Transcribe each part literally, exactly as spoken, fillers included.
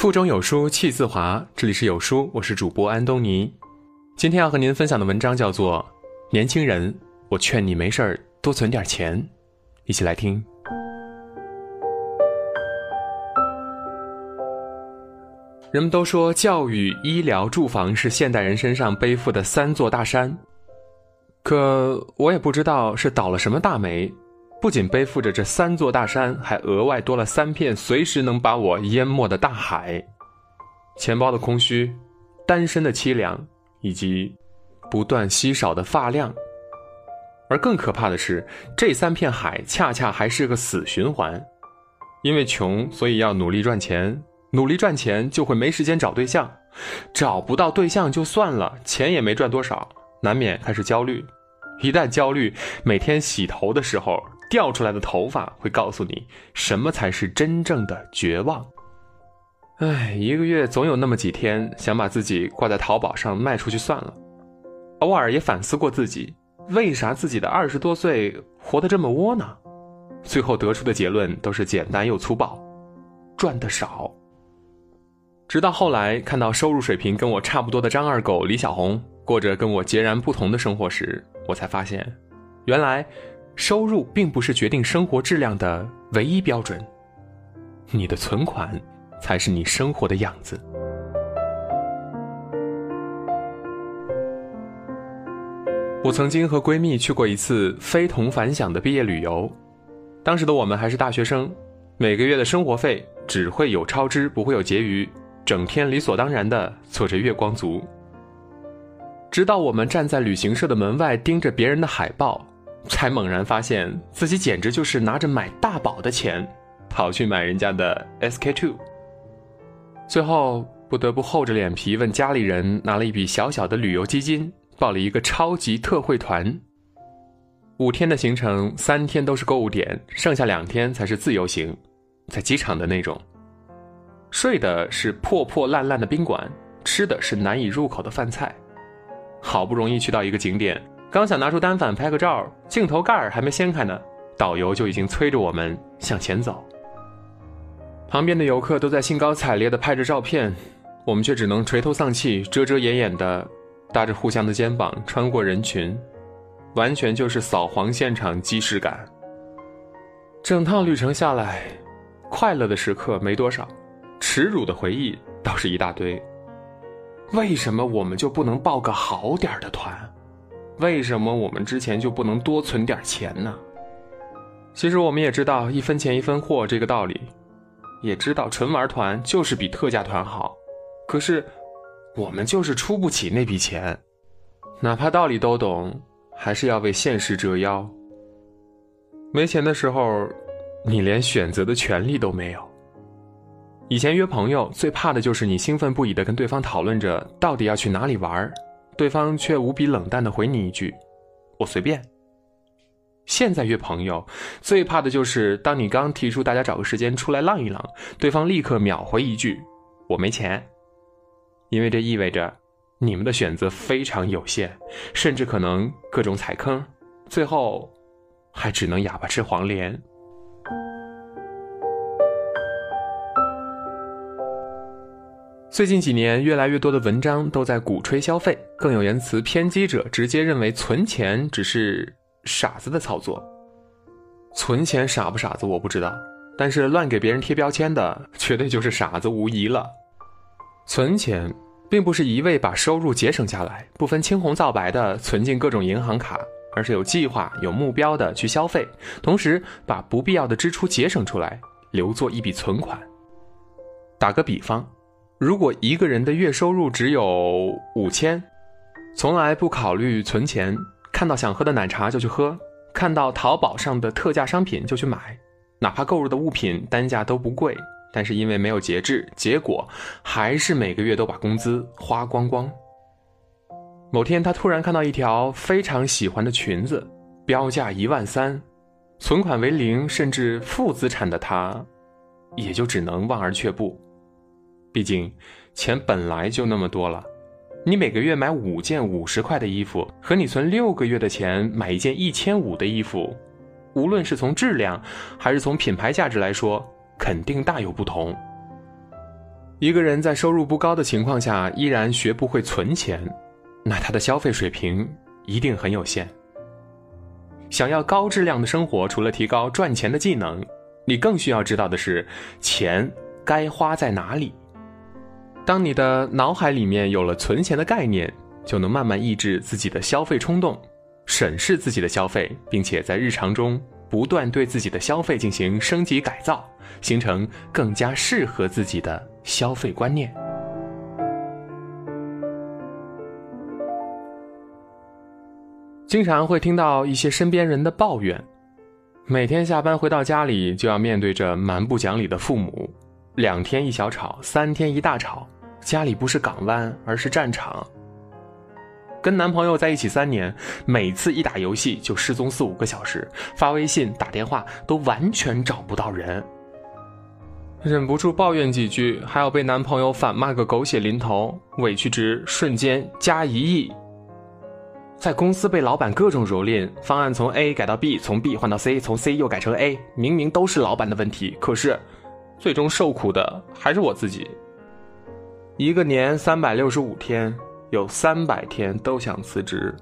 腹中有书气自华，这里是有书，我是主播安东尼。今天要和您分享的文章叫做年轻人，我劝你没事儿多存点钱。一起来听。人们都说教育、医疗、住房是现代人身上背负的三座大山，可我也不知道是倒了什么大霉，不仅背负着这三座大山，还额外多了三片随时能把我淹没的大海。钱包的空虚，单身的凄凉，以及不断稀少的发量。而更可怕的是，这三片海恰恰还是个死循环。因为穷，所以要努力赚钱，努力赚钱就会没时间找对象，找不到对象就算了，钱也没赚多少，难免开始焦虑。一旦焦虑，每天洗头的时候掉出来的头发会告诉你什么才是真正的绝望。唉，一个月总有那么几天想把自己挂在淘宝上卖出去算了。偶尔也反思过自己，为啥自己的二十多岁活得这么窝囊？最后得出的结论都是简单又粗暴，赚得少。直到后来看到收入水平跟我差不多的张二狗李小红过着跟我截然不同的生活时，我才发现，原来收入并不是决定生活质量的唯一标准，你的存款才是你生活的样子。我曾经和闺蜜去过一次非同凡响的毕业旅游，当时的我们还是大学生，每个月的生活费只会有超支，不会有结余，整天理所当然地做着月光族。直到我们站在旅行社的门外盯着别人的海报，才猛然发现自己简直就是拿着买大宝的钱跑去买人家的 S K 二。 最后不得不厚着脸皮问家里人拿了一笔小小的旅游基金，报了一个超级特惠团。五天的行程，三天都是购物点，剩下两天才是自由行，在机场的那种。睡的是破破烂烂的宾馆，吃的是难以入口的饭菜。好不容易去到一个景点，刚想拿出单反拍个照，镜头盖还没掀开呢，导游就已经催着我们向前走。旁边的游客都在兴高采烈地拍着照片，我们却只能垂头丧气，遮遮掩掩地搭着互相的肩膀穿过人群，完全就是扫黄现场即视感。整趟旅程下来，快乐的时刻没多少，耻辱的回忆倒是一大堆。为什么我们就不能报个好点的团？为什么我们之前就不能多存点钱呢？其实我们也知道一分钱一分货这个道理，也知道纯玩团就是比特价团好，可是我们就是出不起那笔钱，哪怕道理都懂，还是要为现实折腰。没钱的时候，你连选择的权利都没有。以前约朋友最怕的就是你兴奋不已地跟对方讨论着到底要去哪里玩，对方却无比冷淡地回你一句我随便。现在约朋友最怕的就是当你刚提出大家找个时间出来浪一浪，对方立刻秒回一句我没钱。因为这意味着你们的选择非常有限，甚至可能各种踩坑，最后还只能哑巴吃黄连。最近几年，越来越多的文章都在鼓吹消费，更有言辞偏激者直接认为存钱只是傻子的操作。存钱傻不傻子我不知道，但是乱给别人贴标签的绝对就是傻子无疑了。存钱并不是一味把收入节省下来，不分青红皂白的存进各种银行卡，而是有计划有目标的去消费，同时把不必要的支出节省出来，留作一笔存款。打个比方，如果一个人的月收入只有五千，从来不考虑存钱，看到想喝的奶茶就去喝，看到淘宝上的特价商品就去买，哪怕购入的物品单价都不贵，但是因为没有节制，结果还是每个月都把工资花光光。某天他突然看到一条非常喜欢的裙子，标价一万三，存款为零甚至负资产的他，也就只能望而却步。毕竟钱本来就那么多了，你每个月买五件五十块的衣服，和你存六个月的钱买一件一千五的衣服，无论是从质量还是从品牌价值来说，肯定大有不同。 一个人在收入不高的情况下依然学不会存钱，那他的消费水平一定很有限。想要高质量的生活，除了提高赚钱的技能，你更需要知道的是钱该花在哪里。当你的脑海里面有了存钱的概念，就能慢慢抑制自己的消费冲动，审视自己的消费，并且在日常中不断对自己的消费进行升级改造，形成更加适合自己的消费观念。经常会听到一些身边人的抱怨，每天下班回到家里就要面对着蛮不讲理的父母，两天一小吵，三天一大吵，家里不是港湾而是战场。跟男朋友在一起三年，每次一打游戏就失踪四五个小时，发微信打电话都完全找不到人，忍不住抱怨几句，还要被男朋友反骂个狗血淋头，委屈值瞬间加一亿。在公司被老板各种蹂躏，方案从 A 改到 B， 从 B 换到 C， 从 C 又改成 A， 明明都是老板的问题，可是最终受苦的还是我自己。一个年三百六十五天，有三百天都想辞职。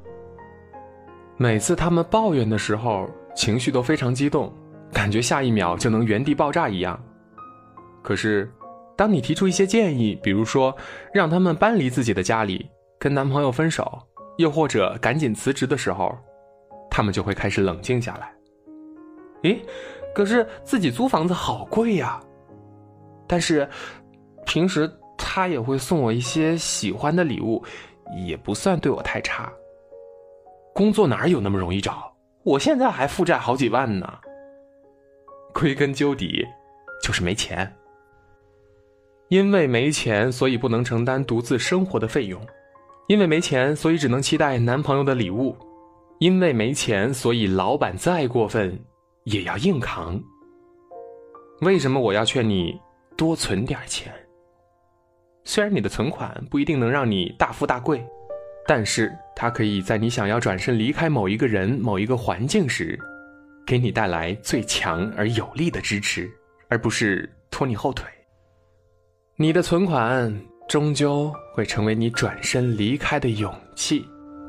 每次他们抱怨的时候，情绪都非常激动，感觉下一秒就能原地爆炸一样。可是当你提出一些建议，比如说让他们搬离自己的家里，跟男朋友分手，又或者赶紧辞职的时候，他们就会开始冷静下来。诶，可是自己租房子好贵呀，但是平时他也会送我一些喜欢的礼物，也不算对我太差。工作哪有那么容易找？我现在还负债好几万呢。归根究底就是没钱。因为没钱，所以不能承担独自生活的费用。因为没钱，所以只能期待男朋友的礼物。因为没钱，所以老板再过分也要硬扛。为什么我要劝你多存点钱？虽然你的存款不一定能让你大富大贵，但是它可以在你想要转身离开某一个人、某一个环境时，给你带来最强而有力的支持，而不是拖你后腿。你的存款终究会成为你转身离开的勇气。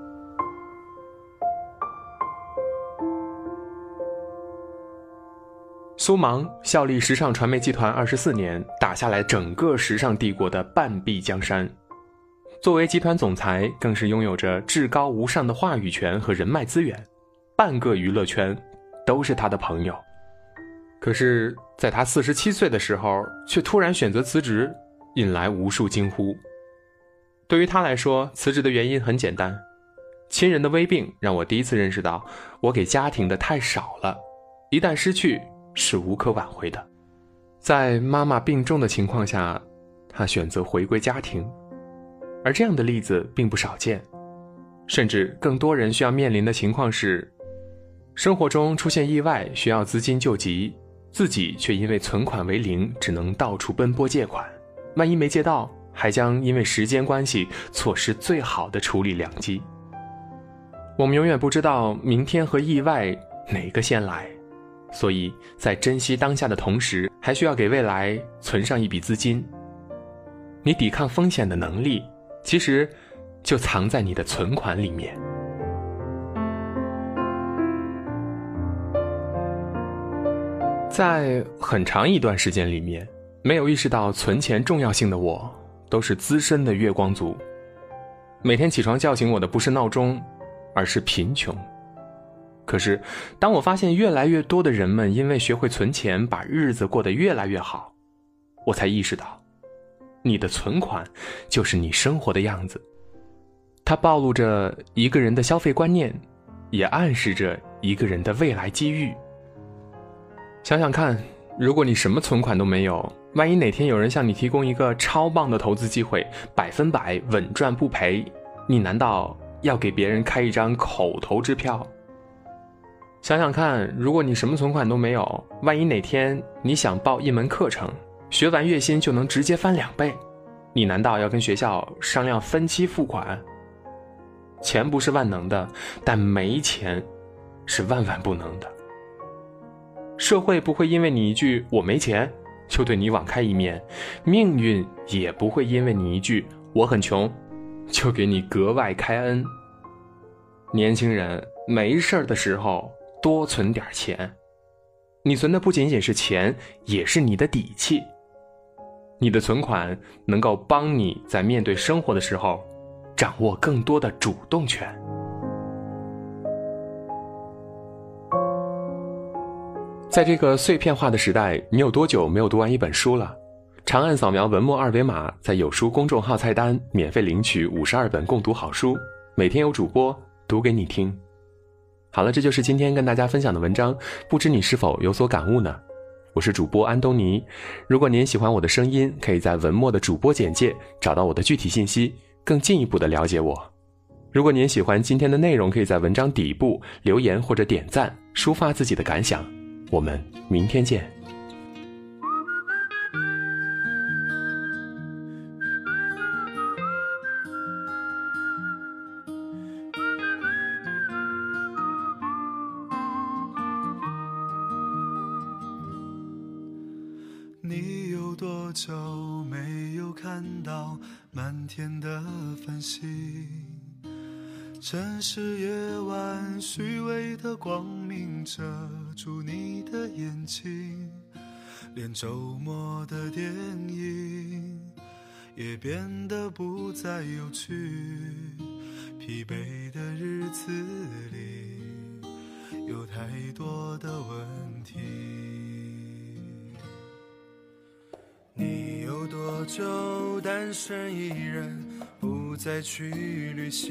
苏芒效力时尚传媒集团二十四年，打下来整个时尚帝国的半壁江山。作为集团总裁，更是拥有着至高无上的话语权和人脉资源，半个娱乐圈都是他的朋友。可是在他四十七岁的时候，却突然选择辞职，引来无数惊呼。对于他来说，辞职的原因很简单，亲人的危病让我第一次认识到，我给家庭的太少了，一旦失去是无可挽回的。在妈妈病重的情况下，他选择回归家庭，而这样的例子并不少见。甚至更多人需要面临的情况是，生活中出现意外需要资金救急，自己却因为存款为零，只能到处奔波借款，万一没借到，还将因为时间关系错失最好的处理良机。我们永远不知道明天和意外哪个先来，所以在珍惜当下的同时，还需要给未来存上一笔资金。你抵抗风险的能力，其实就藏在你的存款里面。在很长一段时间里面，没有意识到存钱重要性的我，都是资深的月光族。每天起床叫醒我的不是闹钟，而是贫穷。可是当我发现越来越多的人们因为学会存钱，把日子过得越来越好，我才意识到，你的存款就是你生活的样子。它暴露着一个人的消费观念，也暗示着一个人的未来机遇。想想看，如果你什么存款都没有，万一哪天有人向你提供一个超棒的投资机会，百分百稳赚不赔，你难道要给别人开一张口头支票？想想看，如果你什么存款都没有，万一哪天你想报一门课程，学完月薪就能直接翻两倍，你难道要跟学校商量分期付款？钱不是万能的，但没钱是万万不能的。社会不会因为你一句我没钱就对你网开一面，命运也不会因为你一句我很穷就给你格外开恩。年轻人没事的时候多存点钱，你存的不仅仅是钱，也是你的底气。你的存款能够帮你在面对生活的时候掌握更多的主动权。在这个碎片化的时代，你有多久没有读完一本书了？长按扫描文末二维码，在有书公众号菜单免费领取五十二本共读好书，每天有主播读给你听。好了，这就是今天跟大家分享的文章，不知你是否有所感悟呢？我是主播安东尼，如果您喜欢我的声音，可以在文末的主播简介找到我的具体信息，更进一步的了解我。如果您喜欢今天的内容，可以在文章底部留言或者点赞，抒发自己的感想。我们明天见。 你有多久没有看到满天的繁星？城市夜晚虚伪的光明遮住你的眼睛，连周末的电影也变得不再有趣，疲惫的日子里有太多的问题。你有多久单身一人，不再去旅行？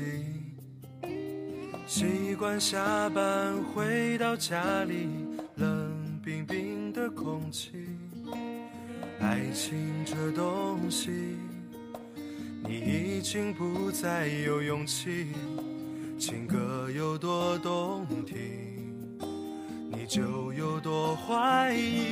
习惯下班回到家里，冷冰冰的空气。爱情这东西，你已经不再有勇气。情歌有多动听，你就有多怀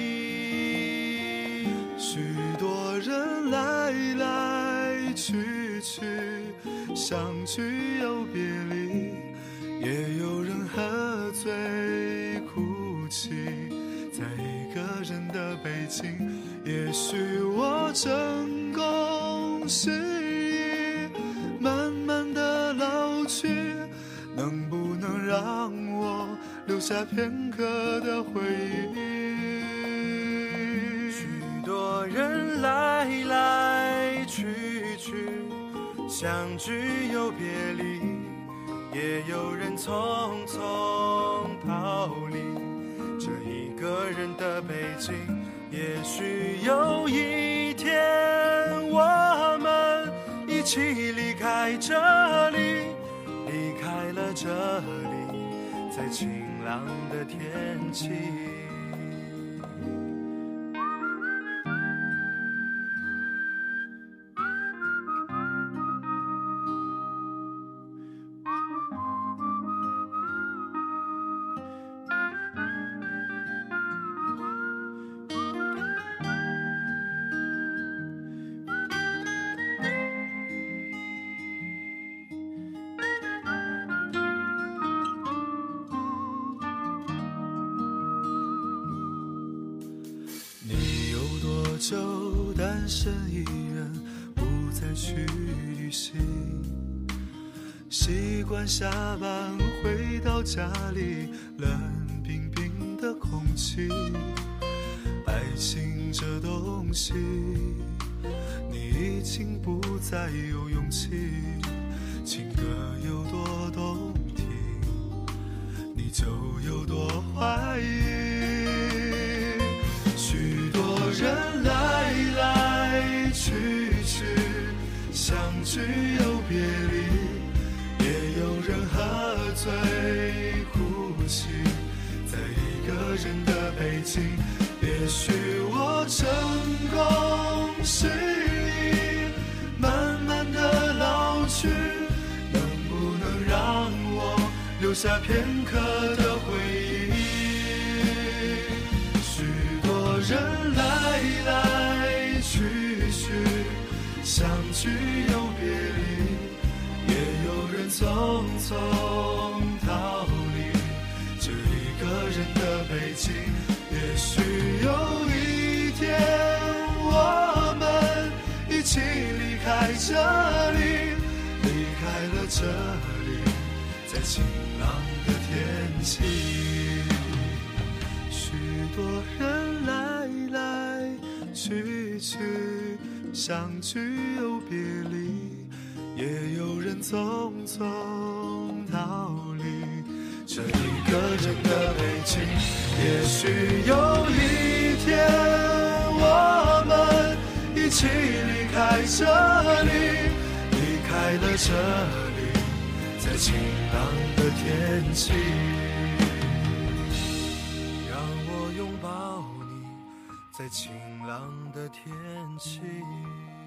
疑。许多人来来去去，相聚又别离，也有人喝醉哭泣，在一个人的北京。也许我成功失意，慢慢的老去，能不能让我留下片刻的回忆？许多人来来去去，相聚又别离，也有人匆匆逃离这一个人的北京。也许有一天我们一起离开这里，离开了这里，在晴朗的天气。多久单身一人，不再去旅行？习惯下班回到家里，冷冰冰的空气。爱情这东西，你已经不再有勇气。情歌有多动听，你就有多怀疑。许多人来来去去，相聚又别离，也有人喝醉哭泣，在一个人的北京。也许我成功失意，慢慢的老去，能不能让我留下片刻的回忆？许多人来来去去，相聚又别离，也有人匆匆逃离这一个人的北京。也许有一天这里，离开了这里，在晴朗的天气。许多人来来去去，相聚又别离，也有人匆匆逃离。这一个人的北京，也许有一天我们一起离开这里，离开了这里，在晴朗的天气。让我拥抱你，在晴朗的天气。